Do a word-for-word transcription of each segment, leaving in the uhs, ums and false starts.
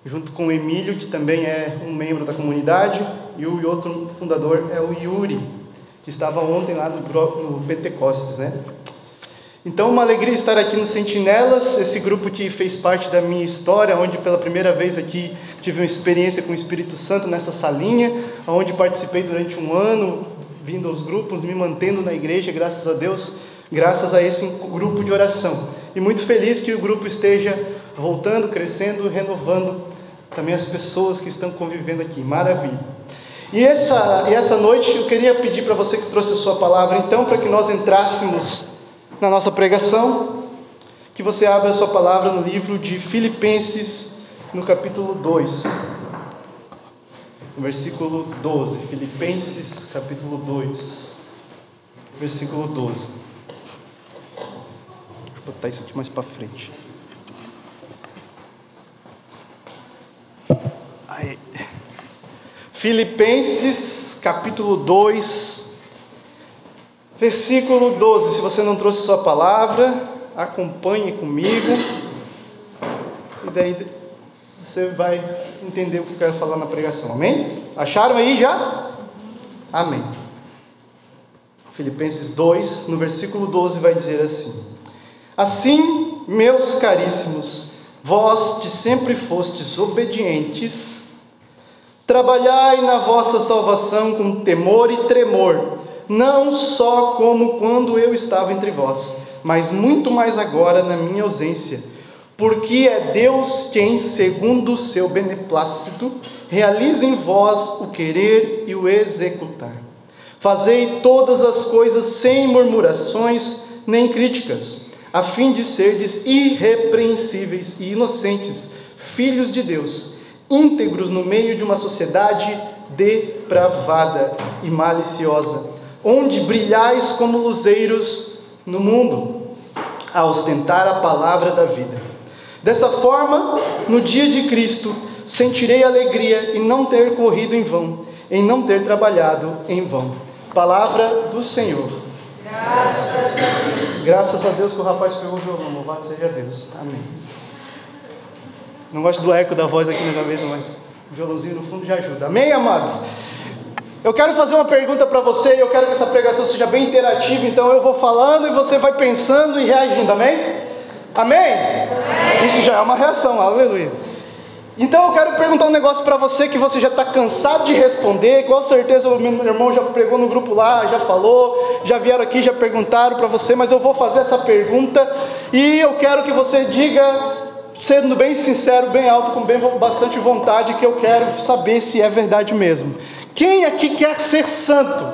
junto com o Emílio, que também é um membro da comunidade, e o outro fundador é o Yuri, que estava ontem lá no, no Pentecostes, né? Então, uma alegria estar aqui no Sentinelas, esse grupo que fez parte da minha história, onde pela primeira vez aqui tive uma experiência com o Espírito Santo nessa salinha, onde participei durante um ano, vindo aos grupos, me mantendo na igreja, graças a Deus, graças a esse grupo de oração. E muito feliz que o grupo esteja voltando, crescendo, renovando também as pessoas que estão convivendo aqui. Maravilha! E essa, e essa noite eu queria pedir para você que trouxe a sua palavra, então, para que nós entrássemos na nossa pregação, que você abra a sua palavra no livro de Filipenses, no capítulo dois, no versículo doze. Filipenses, capítulo dois, versículo doze. Deixa eu botar isso aqui mais para frente. Aí. Filipenses, capítulo dois, versículo doze. Se você não trouxe sua palavra, acompanhe comigo, e daí você vai entender o que eu quero falar na pregação, amém? Acharam aí já? Amém. Filipenses dois, no versículo doze, vai dizer assim: assim, meus caríssimos, vós que sempre fostes obedientes, trabalhai na vossa salvação com temor e tremor, não só como quando eu estava entre vós, mas muito mais agora na minha ausência, porque é Deus quem, segundo o seu beneplácito, realiza em vós o querer e o executar. Fazei todas as coisas sem murmurações nem críticas, a fim de serdes irrepreensíveis e inocentes, filhos de Deus, íntegros no meio de uma sociedade depravada e maliciosa, onde brilhais como luzeiros no mundo, a ostentar a palavra da vida. Dessa forma, no dia de Cristo, sentirei alegria em não ter corrido em vão, em não ter trabalhado em vão. Palavra do Senhor. Graças a Deus. Graças a Deus que o rapaz pegou o violão, louvado seja Deus. Amém. Não gosto do eco da voz aqui na cabeça, mas o violãozinho no fundo já ajuda. Amém, amados? Eu quero fazer uma pergunta para você, e eu quero que essa pregação seja bem interativa, então eu vou falando e você vai pensando e reagindo, amém? Amém? Amém. Isso já é uma reação, aleluia. Então eu quero perguntar um negócio para você que você já está cansado de responder, com certeza o meu irmão já pregou no grupo lá, já falou, já vieram aqui, já perguntaram para você, mas eu vou fazer essa pergunta e eu quero que você diga, sendo bem sincero, bem alto, com bem, bastante vontade, que eu quero saber se é verdade mesmo. Quem aqui quer ser santo?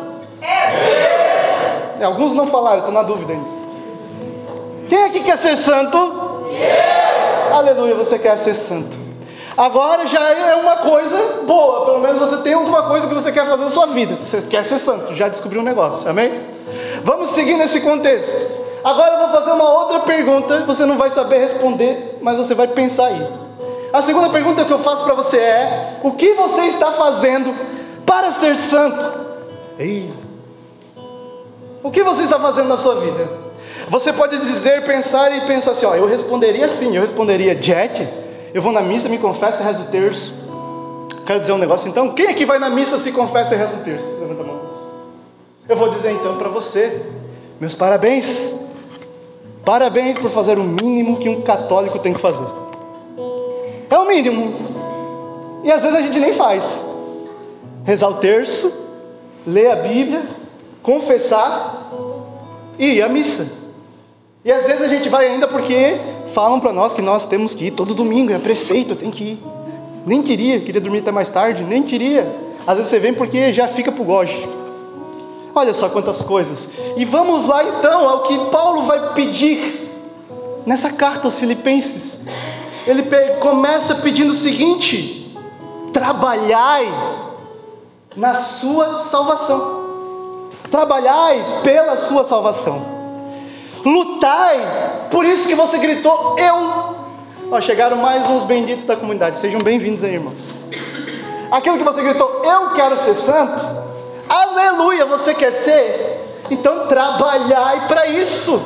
É, alguns não falaram, estou na dúvida ainda. Quem aqui quer ser santo? Eu. Aleluia, você quer ser santo. Agora já é uma coisa boa, pelo menos você tem alguma coisa que você quer fazer na sua vida. Você quer ser santo, já descobriu um negócio, amém? Vamos seguir nesse contexto. Agora eu vou fazer uma outra pergunta, você não vai saber responder, mas você vai pensar aí. A segunda pergunta que eu faço para você é: o que você está fazendo para ser santo? Ei. O que você está fazendo na sua vida? Você pode dizer, pensar e pensar assim, ó, eu responderia sim, eu responderia, Jet, eu vou na missa, me confesso e rezo o terço. Quero dizer um negócio então, quem aqui vai na missa, se confessa e reza o terço? Levanta a mão. Eu vou dizer então para você, meus parabéns, parabéns por fazer o mínimo que um católico tem que fazer. É o mínimo, e às vezes a gente nem faz. Rezar o terço, ler a Bíblia, confessar e ir à missa. E às vezes a gente vai ainda porque falam para nós que nós temos que ir todo domingo, é preceito, tem que ir. Nem queria, queria dormir até mais tarde, nem queria. Às vezes você vem porque já fica pro goje. Olha só quantas coisas. E vamos lá então ao que Paulo vai pedir nessa carta aos Filipenses. Ele começa pedindo o seguinte: trabalhai na sua salvação. Trabalhai pela sua salvação. Lutai, por isso que você gritou, eu. Ó, chegaram mais uns benditos da comunidade, sejam bem-vindos aí, irmãos. Aquilo que você gritou, eu quero ser santo, aleluia, você quer ser? Então trabalhai para isso.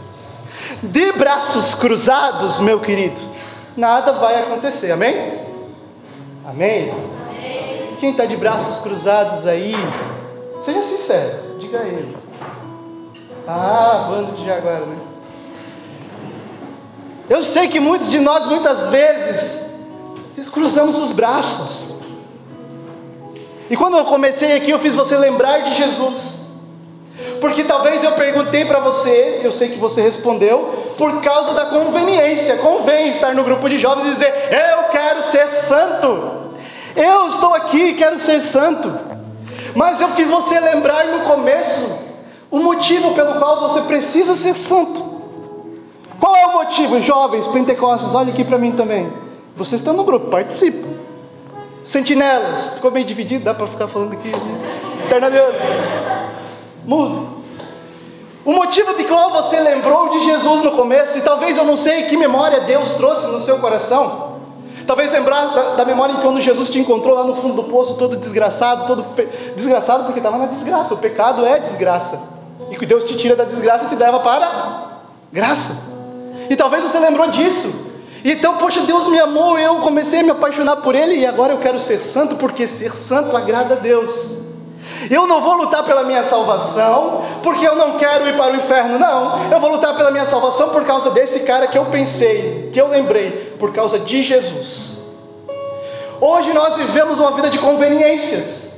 De braços cruzados, meu querido, nada vai acontecer, amém? Amém? Amém. Quem está de braços cruzados aí, seja sincero, diga a ele. Ah, bando de jaguar, né? Eu sei que muitos de nós, muitas vezes, cruzamos os braços. E quando eu comecei aqui, eu fiz você lembrar de Jesus. Porque talvez eu perguntei para você, eu sei que você respondeu, por causa da conveniência. Convém estar no grupo de jovens e dizer: eu quero ser santo. Eu estou aqui e quero ser santo. Mas eu fiz você lembrar no começo o motivo pelo qual você precisa ser santo. Qual é o motivo, jovens, pentecostes? Olha aqui para mim também. Vocês estão no grupo, participam. Sentinelas, ficou bem dividido, dá para ficar falando aqui. Eterna Deus. Música. O motivo de qual você lembrou de Jesus no começo, e talvez eu não sei que memória Deus trouxe no seu coração. Talvez lembrar da, da memória de quando Jesus te encontrou lá no fundo do poço, todo desgraçado, todo fe... desgraçado porque estava na desgraça. O pecado é desgraça. E que Deus te tira da desgraça e te leva para graça. E talvez você lembrou disso. Então, poxa, Deus me amou, eu comecei a me apaixonar por Ele e agora eu quero ser santo, porque ser santo agrada a Deus. Eu não vou lutar pela minha salvação, porque eu não quero ir para o inferno, não. Eu vou lutar pela minha salvação por causa desse cara que eu pensei, que eu lembrei, por causa de Jesus. Hoje nós vivemos uma vida de conveniências.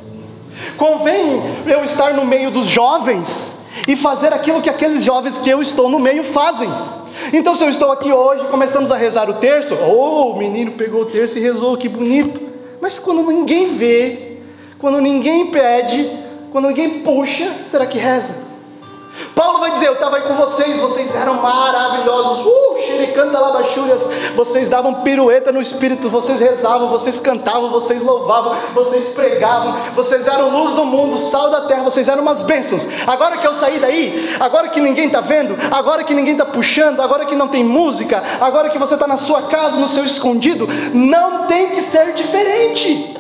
Convém eu estar no meio dos jovens e fazer aquilo que aqueles jovens que eu estou no meio fazem. Então, se eu estou aqui hoje, começamos a rezar o terço. Oh, o menino pegou o terço e rezou, que bonito. Mas quando ninguém vê, quando ninguém pede, quando ninguém puxa, será que reza? Paulo vai dizer: eu estava aí com vocês, vocês eram maravilhosos, uh, xericanta labachúrias, vocês davam pirueta no Espírito, vocês rezavam, vocês cantavam, vocês louvavam, vocês pregavam, vocês eram luz do mundo, sal da terra, vocês eram umas bênçãos. Agora que eu saí daí, agora que ninguém está vendo, agora que ninguém está puxando, agora que não tem música, agora que você está na sua casa, no seu escondido, não tem que ser diferente.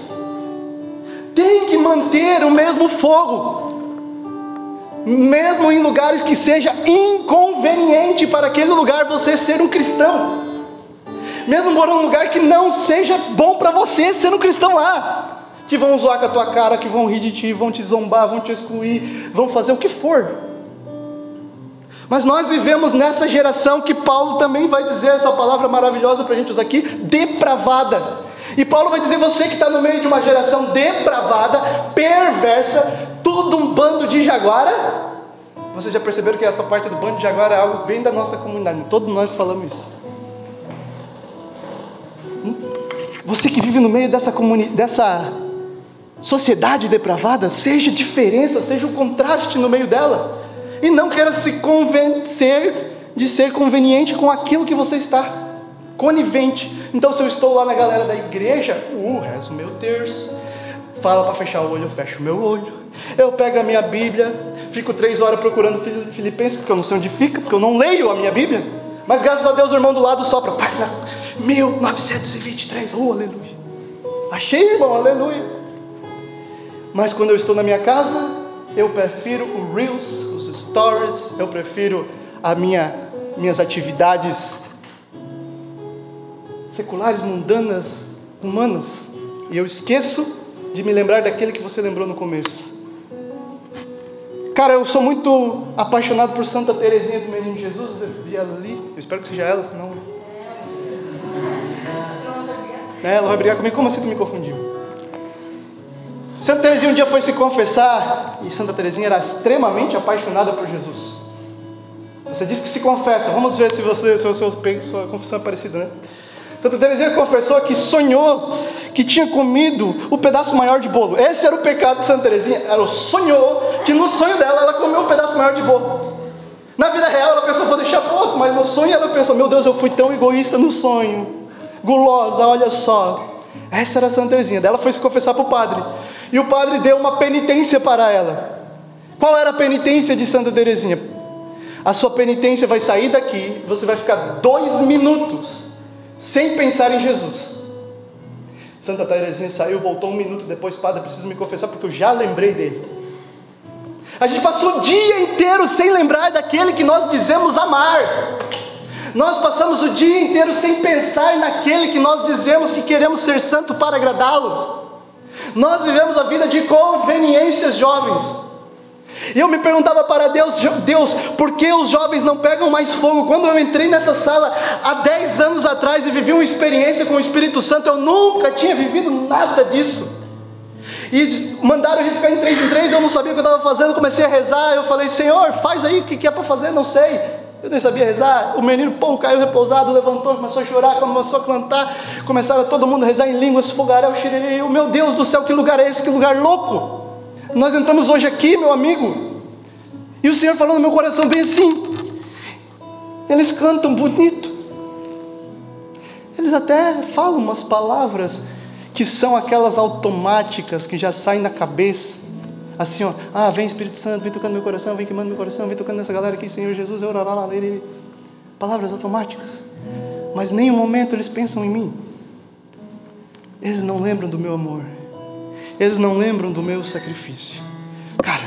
Tem que manter o mesmo fogo, mesmo em lugares que seja inconveniente para aquele lugar você ser um cristão, mesmo morando num lugar que não seja bom para você ser um cristão lá, que vão zoar com a tua cara, que vão rir de ti, vão te zombar, vão te excluir, vão fazer o que for. Mas nós vivemos nessa geração que Paulo também vai dizer essa palavra maravilhosa para a gente usar aqui, depravada. E Paulo vai dizer: você que está no meio de uma geração depravada, perversa, tudo um bando de jaguara. Vocês já perceberam que essa parte do bando de jaguara é algo bem da nossa comunidade, todos nós falamos isso. Você que vive no meio dessa, comuni- dessa sociedade depravada, seja diferença, seja o contraste no meio dela, e não queira se convencer de ser conveniente com aquilo que você está, conivente. Então, se eu estou lá na galera da igreja, uh, rezo o meu terço, fala para fechar o olho, eu fecho o meu olho, eu pego a minha Bíblia, fico três horas procurando Filipenses, porque eu não sei onde fica, porque eu não leio a minha Bíblia, mas graças a Deus o irmão do lado sopra, página mil novecentos e vinte e três, oh, aleluia, achei, irmão, aleluia. Mas quando eu estou na minha casa, eu prefiro o Reels, os Stories, eu prefiro a minha, minhas atividades seculares, mundanas, humanas, e eu esqueço de me lembrar daquele que você lembrou no começo. Cara, eu sou muito apaixonado por Santa Teresinha do Menino Jesus. Eu vi ela ali, eu espero que seja ela, senão é, ela vai brigar comigo. Como assim tu me confundiu? Santa Teresinha um dia foi se confessar, e Santa Teresinha era extremamente apaixonada por Jesus. Você disse que se confessa, vamos ver se você, se sua, sua confissão é parecida, né? Santa Teresinha confessou que sonhou que tinha comido o pedaço maior de bolo. Esse era o pecado de Santa Teresinha. Ela sonhou que no sonho dela ela comeu um pedaço maior de bolo. Na vida real ela pensou: vou deixar para outro, mas no sonho ela pensou: meu Deus, eu fui tão egoísta no sonho, gulosa, olha só. Essa era a Santa Teresinha. Ela foi se confessar para o padre, e o padre deu uma penitência para ela. Qual era a penitência de Santa Teresinha? A sua penitência vai sair daqui, você vai ficar dois minutos sem pensar em Jesus. Santa Teresinha saiu, voltou um minuto depois: padre, preciso me confessar porque eu já lembrei dele. A gente passou o dia inteiro sem lembrar daquele que nós dizemos amar. Nós passamos o dia inteiro sem pensar naquele que nós dizemos que queremos ser santo para agradá-lo. Nós vivemos a vida de conveniências, jovens. E eu me perguntava para Deus, Deus, por que os jovens não pegam mais fogo? Quando eu entrei nessa sala há dez anos atrás e vivi uma experiência com o Espírito Santo, eu nunca tinha vivido nada disso. E mandaram a gente ficar em três em três, eu não sabia o que eu estava fazendo, comecei a rezar, eu falei, Senhor, faz aí o que é para fazer, não sei. Eu nem sabia rezar, o menino, pô, caiu repousado, levantou, começou a chorar, começou a cantar, começaram todo mundo a rezar em línguas, fogaréu, xererê, meu Deus do céu, que lugar é esse, que lugar louco. Nós entramos hoje aqui, meu amigo, e o Senhor falou no meu coração bem assim, eles cantam bonito, eles até falam umas palavras que são aquelas automáticas que já saem na cabeça, assim ó, ah, vem Espírito Santo, vem tocando no meu coração, vem queimando meu coração, vem tocando nessa galera aqui, Senhor Jesus, palavras automáticas, mas nem um momento eles pensam em mim, eles não lembram do meu amor, eles não lembram do meu sacrifício. Cara,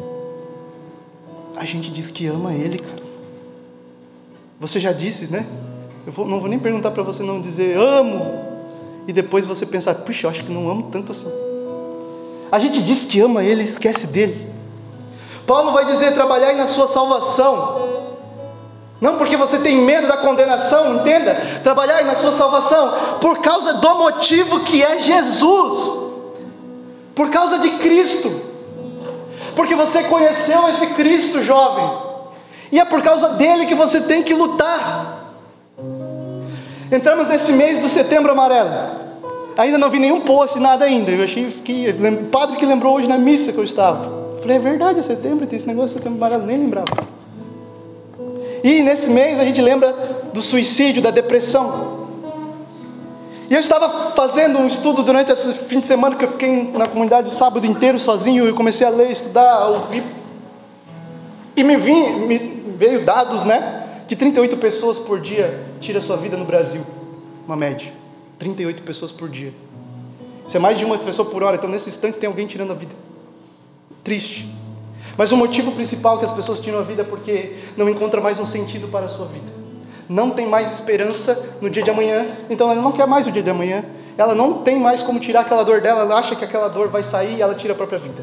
a gente diz que ama Ele, cara. Você já disse, né? Eu vou, não vou nem perguntar para você não dizer amo, e depois você pensar, puxa, eu acho que não amo tanto assim. A gente diz que ama Ele e esquece dele. Paulo vai dizer, trabalhai na sua salvação, não porque você tem medo da condenação, entenda, trabalhai na sua salvação, por causa do motivo que é Jesus, por causa de Cristo, porque você conheceu esse Cristo, jovem, e é por causa dele que você tem que lutar. Entramos nesse mês do Setembro Amarelo, ainda não vi nenhum post, nada ainda, eu achei que, o padre que lembrou hoje na missa que eu estava, falei, é verdade, é setembro, tem esse negócio de Setembro Amarelo, nem lembrava. E nesse mês a gente lembra do suicídio, da depressão. E eu estava fazendo um estudo durante esse fim de semana que eu fiquei na comunidade o sábado inteiro sozinho, e comecei a ler, estudar, a ouvir, e me, vim, me veio dados, né, que trinta e oito pessoas por dia tiram a sua vida no Brasil, uma média, trinta e oito pessoas por dia, isso é mais de uma pessoa por hora, então nesse instante tem alguém tirando a vida, triste, mas o motivo principal que as pessoas tiram a vida é porque não encontra mais um sentido para a sua vida, não tem mais esperança no dia de amanhã, então ela não quer mais o dia de amanhã, ela não tem mais como tirar aquela dor dela, ela acha que aquela dor vai sair e ela tira a própria vida.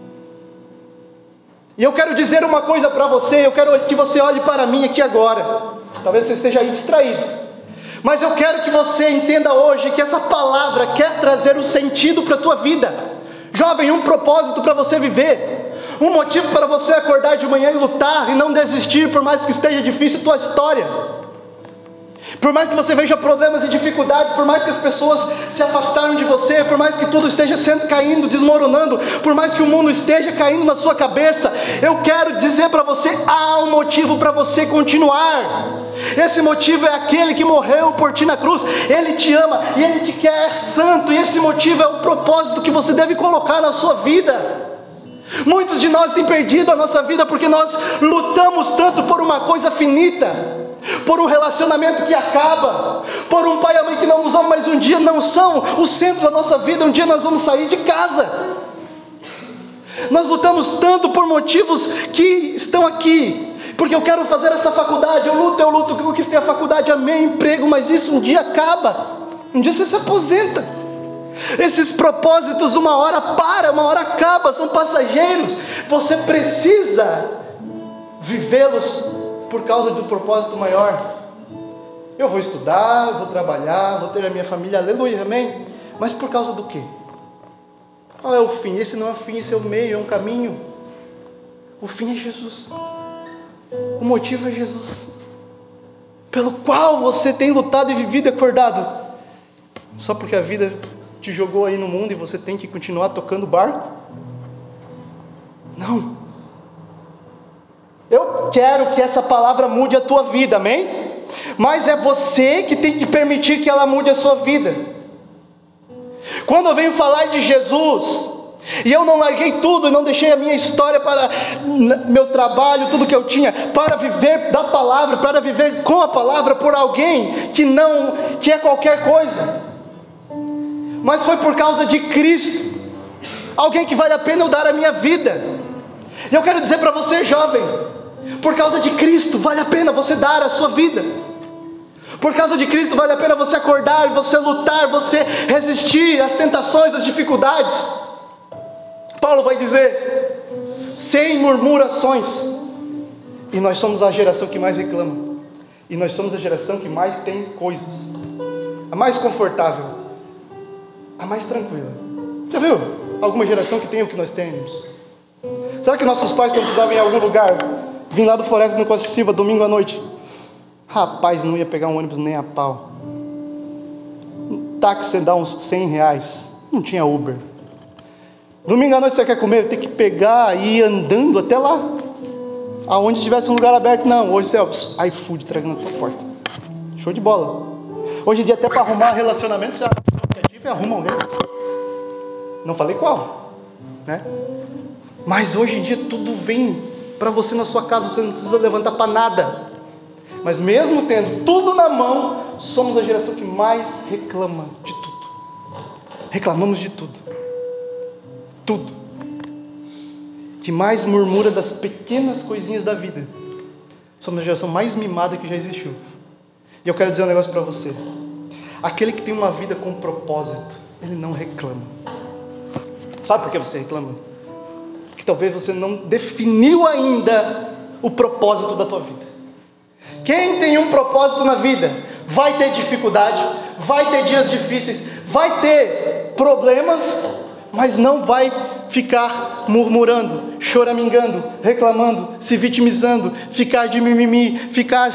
E eu quero dizer uma coisa para você, eu quero que você olhe para mim aqui agora, talvez você esteja aí distraído, mas eu quero que você entenda hoje que essa palavra quer trazer o sentido para a tua vida, jovem, um propósito para você viver, um motivo para você acordar de manhã e lutar e não desistir, por mais que esteja difícil a tua história, por mais que você veja problemas e dificuldades, por mais que as pessoas se afastaram de você, por mais que tudo esteja sendo caindo, desmoronando, por mais que o mundo esteja caindo na sua cabeça, eu quero dizer para você, há um motivo para você continuar. Esse motivo é aquele que morreu por ti na cruz, Ele te ama e Ele te quer santo, e esse motivo é o propósito que você deve colocar na sua vida. Muitos de nós têm perdido a nossa vida porque nós lutamos tanto por uma coisa finita, por um relacionamento que acaba, por um pai e a mãe que não nos amam, mas um dia não são o centro da nossa vida, um dia nós vamos sair de casa. Nós lutamos tanto por motivos que estão aqui, porque eu quero fazer essa faculdade, eu luto, eu luto, eu conquistei a faculdade, amei emprego, mas isso um dia acaba, um dia você se aposenta. Esses propósitos uma hora para, uma hora acaba, são passageiros, você precisa vivê-los por causa do propósito maior. Eu vou estudar, eu vou trabalhar, vou ter a minha família, aleluia, amém? Mas por causa do quê? Qual é o fim? Esse não é o fim, esse é o meio, é um caminho. O fim é Jesus, o motivo é Jesus, pelo qual você tem lutado e vivido e acordado, só porque a vida te jogou aí no mundo e você tem que continuar tocando o barco? Não. Eu quero que essa palavra mude a tua vida, amém? Mas é você que tem que permitir que ela mude a sua vida. Quando eu venho falar de Jesus, e eu não larguei tudo, não deixei a minha história para meu trabalho, tudo que eu tinha, para viver da palavra, para viver com a palavra por alguém que não, que é qualquer coisa, mas foi por causa de Cristo, alguém que vale a pena eu dar a minha vida. E eu quero dizer para você, jovem, por causa de Cristo, vale a pena você dar a sua vida. Por causa de Cristo vale a pena você acordar, você lutar, você resistir às tentações, às dificuldades. Paulo vai dizer, sem murmurações. E nós somos a geração que mais reclama. E nós somos a geração que mais tem coisas. A mais confortável. A mais tranquila. Já viu alguma geração que tem o que nós temos? Será que nossos pais, quando precisavam ir em algum lugar, vim lá do Floresta no Costa Silva, domingo à noite, rapaz, não ia pegar um ônibus nem a pau. Um táxi dá uns cem reais. Não tinha Uber. Domingo à noite você quer comer, tem que pegar e ir andando até lá. Aonde tivesse um lugar aberto. Não, hoje você, iFood entrega na tua porta. Show de bola. Hoje em dia até para arrumar relacionamento, você abre o aplicativo e arruma alguém. Não falei qual, né? Mas hoje em dia tudo vem para você na sua casa, você não precisa levantar para nada. Mas mesmo tendo tudo na mão, somos a geração que mais reclama de tudo. Reclamamos de tudo. Tudo. Que mais murmura das pequenas coisinhas da vida. Somos a geração mais mimada que já existiu. E eu quero dizer um negócio para você. Aquele que tem uma vida com propósito, ele não reclama. Sabe por que você reclama? Porque talvez você não definiu ainda o propósito da tua vida. Quem tem um propósito na vida, vai ter dificuldade, vai ter dias difíceis, vai ter problemas, mas não vai ficar murmurando, choramingando, reclamando, se vitimizando, ficar de mimimi, ficar...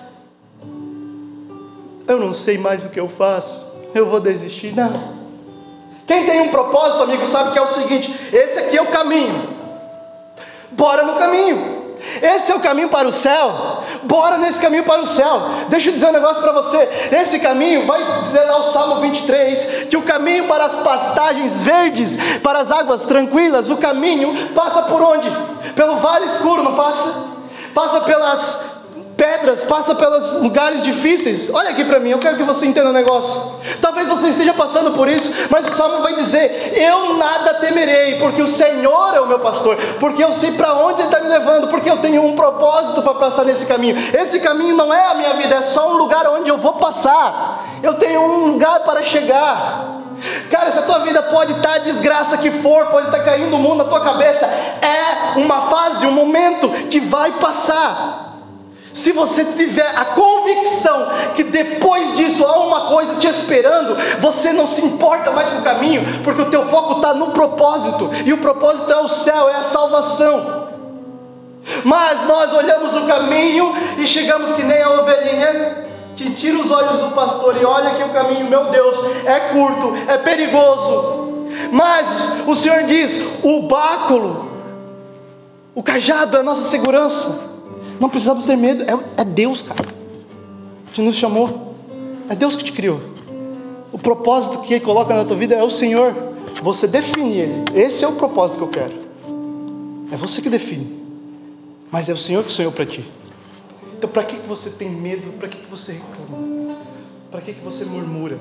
Eu não sei mais o que eu faço, eu vou desistir. Não. Quem tem um propósito, amigo, sabe que é o seguinte: esse aqui é o caminho, bora no caminho. Esse é o caminho para o céu, bora nesse caminho para o céu. Deixa eu dizer um negócio para você. Esse caminho, vai dizer lá o Salmo vinte e três, que o caminho para as pastagens verdes, para as águas tranquilas, o caminho passa por onde? Pelo vale escuro, não passa? Passa pelas pedras, passa pelos lugares difíceis. Olha aqui para mim, eu quero que você entenda um negócio. Talvez você esteja passando por isso, mas o Salmo vai dizer: eu nada temerei, porque o Senhor é o meu pastor, porque eu sei para onde Ele está me levando, porque eu tenho um propósito para passar nesse caminho. Esse caminho não é a minha vida, é só um lugar onde eu vou passar. Eu tenho um lugar para chegar. Cara, se a tua vida pode estar a desgraça que for, pode estar caindo o mundo na tua cabeça, é uma fase, um momento que vai passar. Se você tiver a convicção que depois disso há uma coisa te esperando, você não se importa mais com o caminho, porque o teu foco está no propósito, e o propósito é o céu, é a salvação. Mas nós olhamos o caminho e chegamos que nem a ovelhinha que tira os olhos do pastor e olha que o caminho, meu Deus, é curto, é perigoso. Mas o Senhor diz: o báculo, o cajado é a nossa segurança. Não precisamos ter medo, é, é Deus, cara, que nos chamou, é Deus que te criou. O propósito que Ele coloca na tua vida é o Senhor. Você define Ele, esse é o propósito que eu quero. É você que define, mas é o Senhor que sonhou para ti. Então para que, que você tem medo? Para que, que você reclama? Para que, que você murmura?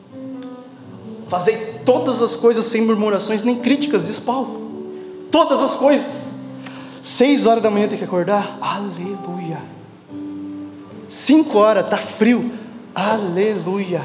Fazei todas as coisas sem murmurações nem críticas, diz Paulo. Todas as coisas. Seis horas da manhã tem que acordar, aleluia. Cinco horas, está frio, aleluia.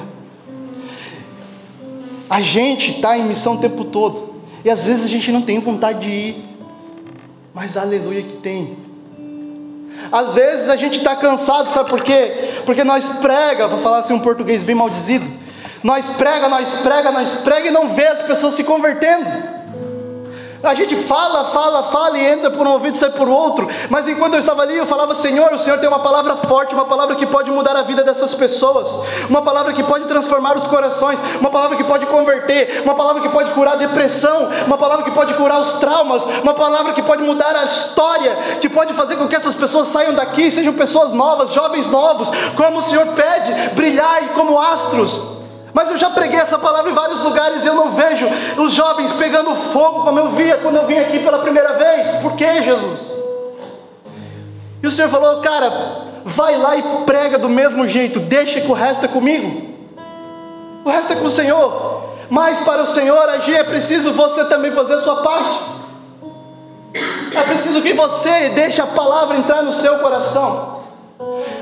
A gente está em missão o tempo todo, e às vezes a gente não tem vontade de ir, mas aleluia que tem. Às vezes a gente está cansado, sabe por quê? Porque nós prega, vou falar assim um português bem maldizido, nós prega, nós prega, nós prega e não vê as pessoas se convertendo. A gente fala, fala, fala e entra por um ouvido e sai por outro. Mas enquanto eu estava ali, eu falava: Senhor, o Senhor tem uma palavra forte, uma palavra que pode mudar a vida dessas pessoas, uma palavra que pode transformar os corações, uma palavra que pode converter, uma palavra que pode curar a depressão, uma palavra que pode curar os traumas, uma palavra que pode mudar a história, que pode fazer com que essas pessoas saiam daqui, sejam pessoas novas, jovens novos, como o Senhor pede, brilhar como astros. Mas eu já preguei essa palavra em vários lugares e eu não vejo os jovens pegando fogo como eu via quando eu vim aqui pela primeira vez. Por que, Jesus? E o Senhor falou: cara, vai lá e prega do mesmo jeito, deixa que o resto é comigo. O resto é com o Senhor. Mas para o Senhor agir é preciso você também fazer a sua parte. É preciso que você deixe a palavra entrar no seu coração.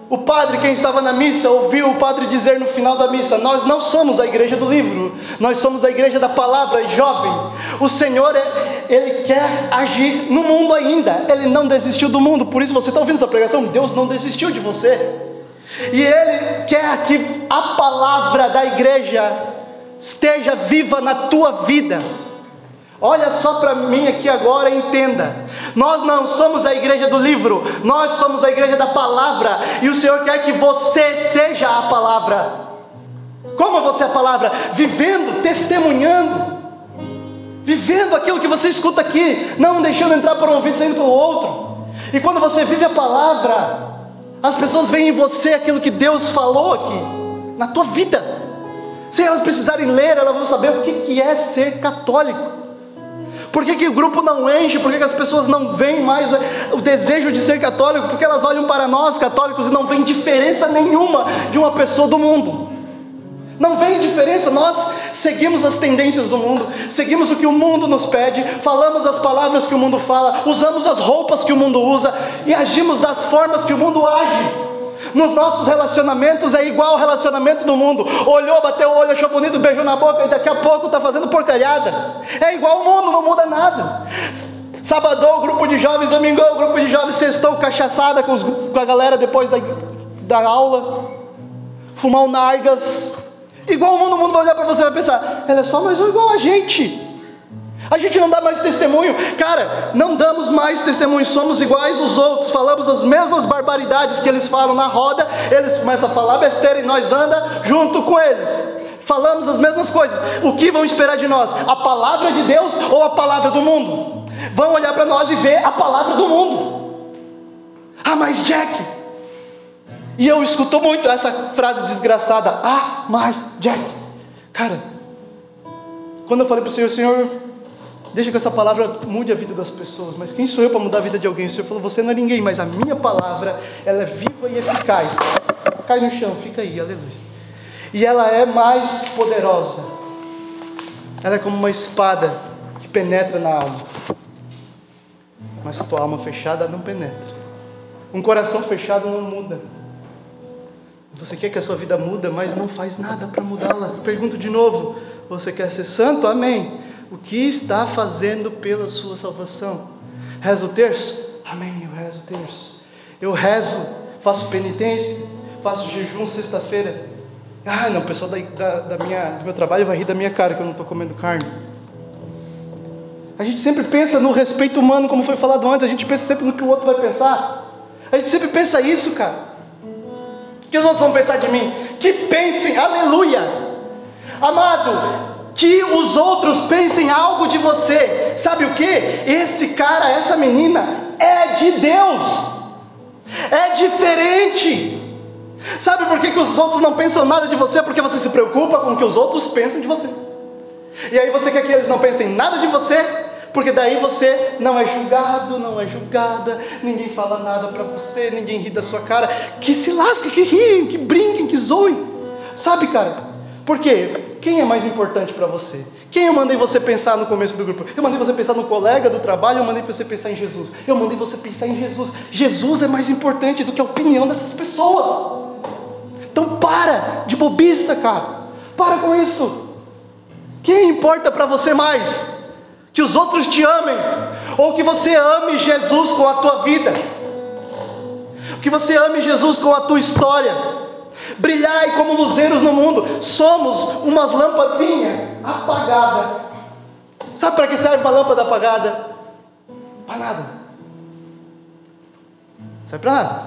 O padre, quem estava na missa, ouviu o padre dizer no final da missa: nós não somos a igreja do livro, nós somos a igreja da palavra. E jovem, o Senhor, Ele quer agir no mundo ainda, Ele não desistiu do mundo. Por isso você está ouvindo essa pregação, Deus não desistiu de você. E Ele quer que a palavra da igreja esteja viva na tua vida. Olha só para mim aqui agora e entenda: nós não somos a igreja do livro, nós somos a igreja da palavra. E o Senhor quer que você seja a palavra. Como você é a palavra? Vivendo, testemunhando, vivendo aquilo que você escuta aqui, não deixando entrar por um ouvido e saindo pelo outro. E quando você vive a palavra, as pessoas veem em você aquilo que Deus falou aqui, na tua vida. Sem elas precisarem ler, elas vão saber o que é ser católico. Por que que o grupo não enche? Por que que as pessoas não veem mais o desejo de ser católico? Porque elas olham para nós católicos e não veem diferença nenhuma de uma pessoa do mundo. Não vem diferença. Nós seguimos as tendências do mundo, seguimos o que o mundo nos pede, falamos as palavras que o mundo fala, usamos as roupas que o mundo usa e agimos das formas que o mundo age. Nos nossos relacionamentos é igual ao relacionamento do mundo. Olhou, bateu o olho, achou bonito, beijou na boca e daqui a pouco está fazendo porcariada. É igual ao mundo, não muda nada. Sabadão, grupo de jovens, domingão, grupo de jovens, sextou, cachaçada com, os, com a galera depois da, da aula, fumar um nargas. Igual o mundo, o mundo vai olhar para você e vai pensar: ela é só mais um igual a gente. A gente não dá mais testemunho. Cara, não damos mais testemunho, somos iguais aos outros, falamos as mesmas barbaridades que eles falam na roda. Eles começam a falar besteira e nós anda junto com eles. Falamos as mesmas coisas. O que vão esperar de nós? A palavra de Deus ou a palavra do mundo? Vão olhar para nós e ver a palavra do mundo. Ah, mas Jack... E eu escuto muito essa frase desgraçada: ah, mas Jack... Cara, quando eu falei para o Senhor: Senhor, deixa que essa palavra mude a vida das pessoas. Mas quem sou eu para mudar a vida de alguém? O Senhor falou: você não é ninguém, mas a minha palavra, ela é viva e eficaz. Cai no chão, fica aí, aleluia. E ela é mais poderosa. Ela é como uma espada que penetra na alma. Mas a tua alma fechada não penetra. Um coração fechado não muda. Você quer que a sua vida muda, mas não faz nada para mudá-la. Eu pergunto de novo: você quer ser santo? Amém. O que está fazendo pela sua salvação? Reza o terço? Amém, eu rezo o terço. Eu rezo, faço penitência, faço jejum sexta-feira. Ah, não, o pessoal da, da, da minha, do meu trabalho vai rir da minha cara que eu não estou comendo carne. A gente sempre pensa no respeito humano, como foi falado antes. A gente pensa sempre no que o outro vai pensar. A gente sempre pensa isso, cara. O que os outros vão pensar de mim? Que pensem, aleluia. Amado, que os outros pensem algo de você. Sabe o que? Esse cara, essa menina é de Deus. É diferente. Sabe por que que os outros não pensam nada de você? Porque você se preocupa com o que os outros pensam de você. E aí você quer que eles não pensem nada de você, porque daí você não é julgado, não é julgada, ninguém fala nada pra você, ninguém ri da sua cara. Que se lasquem, que riem, que brinquem, que zoem. Sabe, cara? Por quê? Quem é mais importante pra você? Quem eu mandei você pensar no começo do grupo? Eu mandei você pensar no colega do trabalho, eu mandei você pensar em Jesus. Eu mandei você pensar em Jesus. Jesus é mais importante do que a opinião dessas pessoas. Então para de bobiça, cara. Para com isso. Quem importa pra você mais? Que os outros te amem, ou que você ame Jesus com a tua vida, que você ame Jesus com a tua história. Brilhai como luzeiros no mundo. Somos umas lampadinhas apagadas. Sabe para que serve uma lâmpada apagada? Para nada. Não serve para nada.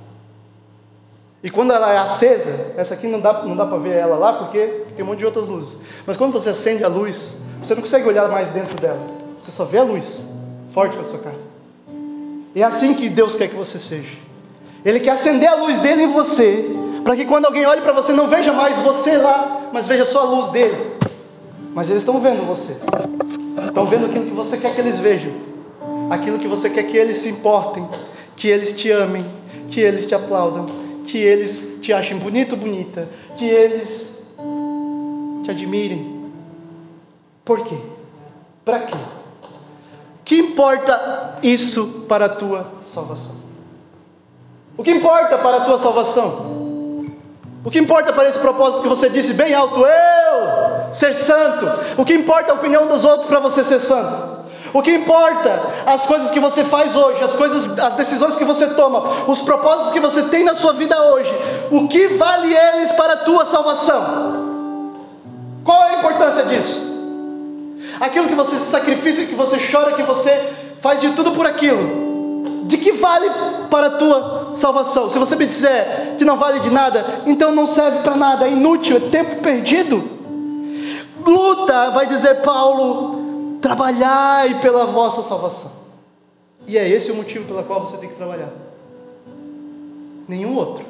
E quando ela é acesa, essa aqui não dá, não dá para ver ela lá, porque tem um monte de outras luzes. Mas quando você acende a luz, você não consegue olhar mais dentro dela. Você só vê a luz forte para sua cara. E é assim que Deus quer que você seja. Ele quer acender a luz dele em você, para que quando alguém olhe para você, não veja mais você lá, mas veja só a luz dele. Mas eles estão vendo você. Estão vendo aquilo que você quer que eles vejam. Aquilo que você quer que eles se importem. Que eles te amem. Que eles te aplaudam. Que eles te achem bonito, bonita. Que eles te admirem. Por quê? Para quê? Que importa isso para a tua salvação? O que importa para a tua salvação? O que importa para esse propósito que você disse bem alto, eu ser santo? O que importa a opinião dos outros para você ser santo? O que importa as coisas que você faz hoje, as coisas, as decisões que você toma, os propósitos que você tem na sua vida hoje? O que vale eles para a tua salvação? Qual é a importância disso? Aquilo que você se sacrifica, que você chora, que você faz de tudo por aquilo, de que vale para a tua salvação? Se você me disser que não vale de nada, então não serve para nada, é inútil, é tempo perdido. Luta, vai dizer Paulo, trabalhai pela vossa salvação. E é esse o motivo pelo qual você tem que trabalhar, nenhum outro.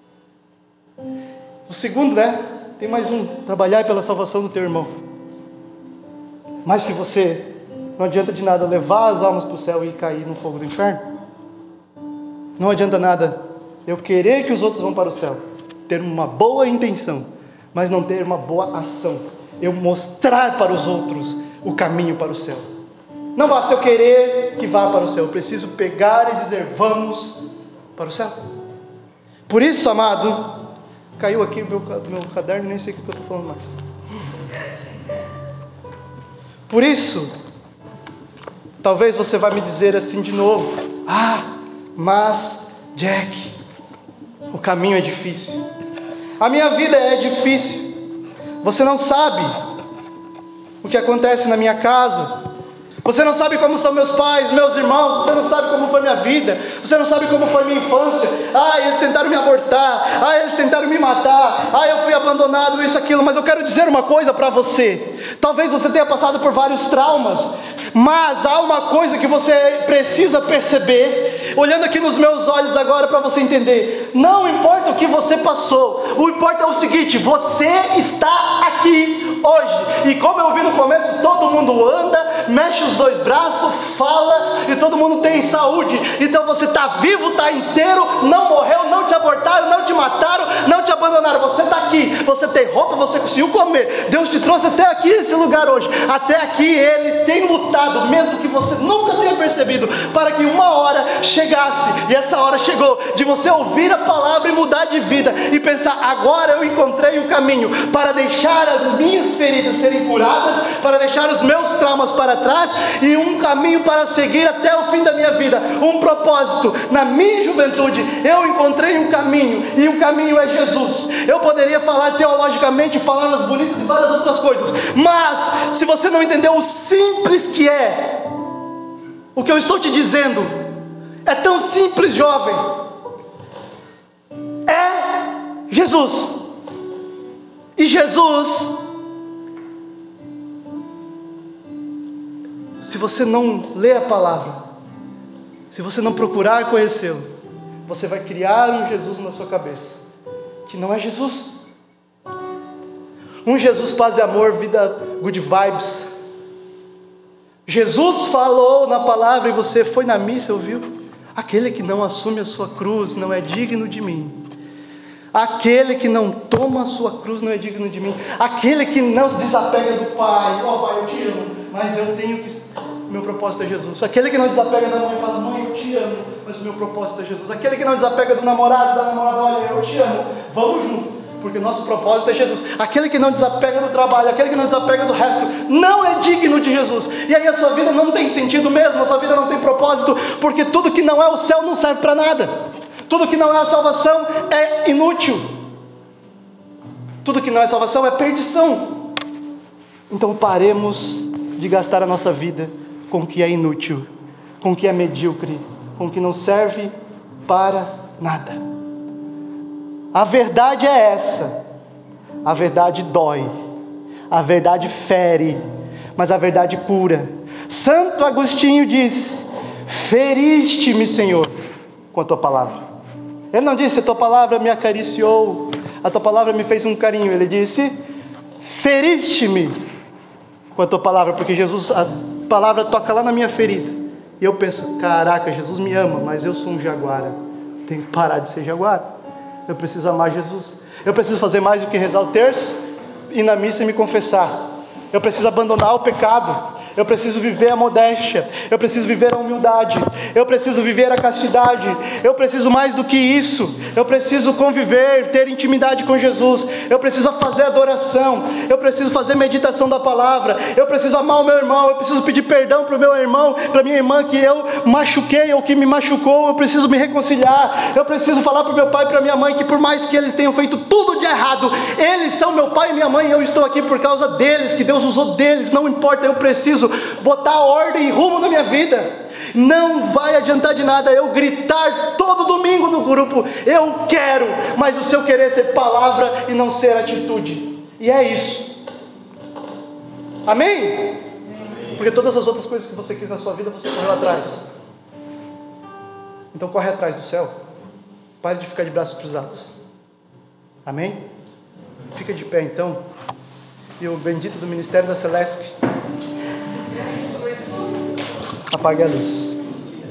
O segundo, né? Tem mais um, trabalhai pela salvação do teu irmão. Mas se você, não adianta de nada levar as almas para o céu e cair no fogo do inferno. Não adianta nada eu querer que os outros vão para o céu, ter uma boa intenção, mas não ter uma boa ação. Eu mostrar para os outros o caminho para o céu. Não basta eu querer que vá para o céu, eu preciso pegar e dizer, vamos para o céu. Por isso, amado, caiu aqui o meu, meu caderno, nem sei o que eu estou falando mais. Por isso, talvez você vai me dizer assim de novo, ah, mas, Jack, o caminho é difícil, a minha vida é difícil, você não sabe o que acontece na minha casa, você não sabe como são meus pais, meus irmãos, você não sabe como foi minha vida, você não sabe como foi minha infância. Ah, eles tentaram me abortar, ah, eles tentaram me matar, ah, eu fui abandonado, isso, aquilo. Mas eu quero dizer uma coisa para você, talvez você tenha passado por vários traumas, mas há uma coisa que você precisa perceber, olhando aqui nos meus olhos agora para você entender, não importa o que você passou, o importa é o seguinte, você está aqui hoje, e como eu vi no começo, todo mundo anda, mexe os dois braços, fala, e todo mundo tem saúde, então você está vivo, está inteiro, não morreu, não te abortaram, não te mataram, não te abandonaram, você está aqui, você tem roupa, você conseguiu comer, Deus te trouxe até aqui, esse lugar hoje, até aqui Ele tem lutado, mesmo que você nunca tenha percebido, para que uma hora chegasse, e essa hora chegou, de você ouvir a palavra e mudar de vida, e pensar, agora eu encontrei o caminho, para deixar as minhas feridas serem curadas, para deixar os meus traumas para trás, e um caminho para seguir até o fim da minha vida, um propósito. Na minha juventude eu encontrei um caminho, e o caminho é Jesus. Eu poderia falar teologicamente palavras bonitas e várias outras coisas, mas se você não entendeu o simples que é o que eu estou te dizendo, é tão simples, jovem, é Jesus. E Jesus, se você não ler a palavra, se você não procurar conhecê-lo, você vai criar um Jesus na sua cabeça, que não é Jesus. Um Jesus paz e amor, vida good vibes. Jesus falou na palavra e você foi na missa, ouviu? Aquele que não assume a sua cruz não é digno de mim. Aquele que não toma a sua cruz não é digno de mim. Aquele que não se desapega do pai, ó oh, pai, eu te amo, mas eu tenho que... meu propósito é Jesus. Aquele que não desapega da mãe e fala, mãe, eu te amo, mas o meu propósito é Jesus. Aquele que não desapega do namorado, da namorada, olha, eu te amo, vamos junto, porque o nosso propósito é Jesus. Aquele que não desapega do trabalho, aquele que não desapega do resto, não é digno de Jesus. E aí a sua vida não tem sentido mesmo, a sua vida não tem propósito, porque tudo que não é o céu não serve para nada. Tudo que não é a salvação é inútil. Tudo que não é salvação é perdição. Então paremos de gastar a nossa vida com o que é inútil, com o que é medíocre, com o que não serve para nada. A verdade é essa. A verdade dói, a verdade fere, mas a verdade cura. Santo Agostinho diz, feriste-me, Senhor, com a tua palavra. Ele não disse, a tua palavra me acariciou, a tua palavra me fez um carinho. Ele disse, feriste-me com a tua palavra, porque Jesus, a palavra toca lá na minha ferida, e eu penso, caraca, Jesus me ama, mas eu sou um jaguara, tenho que parar de ser jaguara, eu preciso amar Jesus, eu preciso fazer mais do que rezar o terço, ir na missa e me confessar, eu preciso abandonar o pecado, Eu preciso viver a modéstia, eu preciso viver a humildade, eu preciso viver a castidade, eu preciso mais do que isso, eu preciso conviver, ter intimidade com Jesus, eu preciso fazer adoração, eu preciso fazer meditação da palavra, eu preciso amar o meu irmão, eu preciso pedir perdão para o meu irmão, para a minha irmã que eu machuquei ou que me machucou, eu preciso me reconciliar, eu preciso falar para o meu pai e para a minha mãe que por mais que eles tenham feito tudo de errado, eles são meu pai e minha mãe e eu estou aqui por causa deles, que Deus usou deles, não importa, eu preciso botar ordem e rumo na minha vida. Não vai adiantar de nada eu gritar todo domingo no grupo, eu quero, mas o seu querer ser palavra e não ser atitude, e é isso. Amém? Porque todas as outras coisas que você quis na sua vida, você correu atrás. Então corre atrás do céu. Pare de ficar de braços cruzados. Amém? Fica de pé então. E o bendito do ministério da Celeste apague a luz.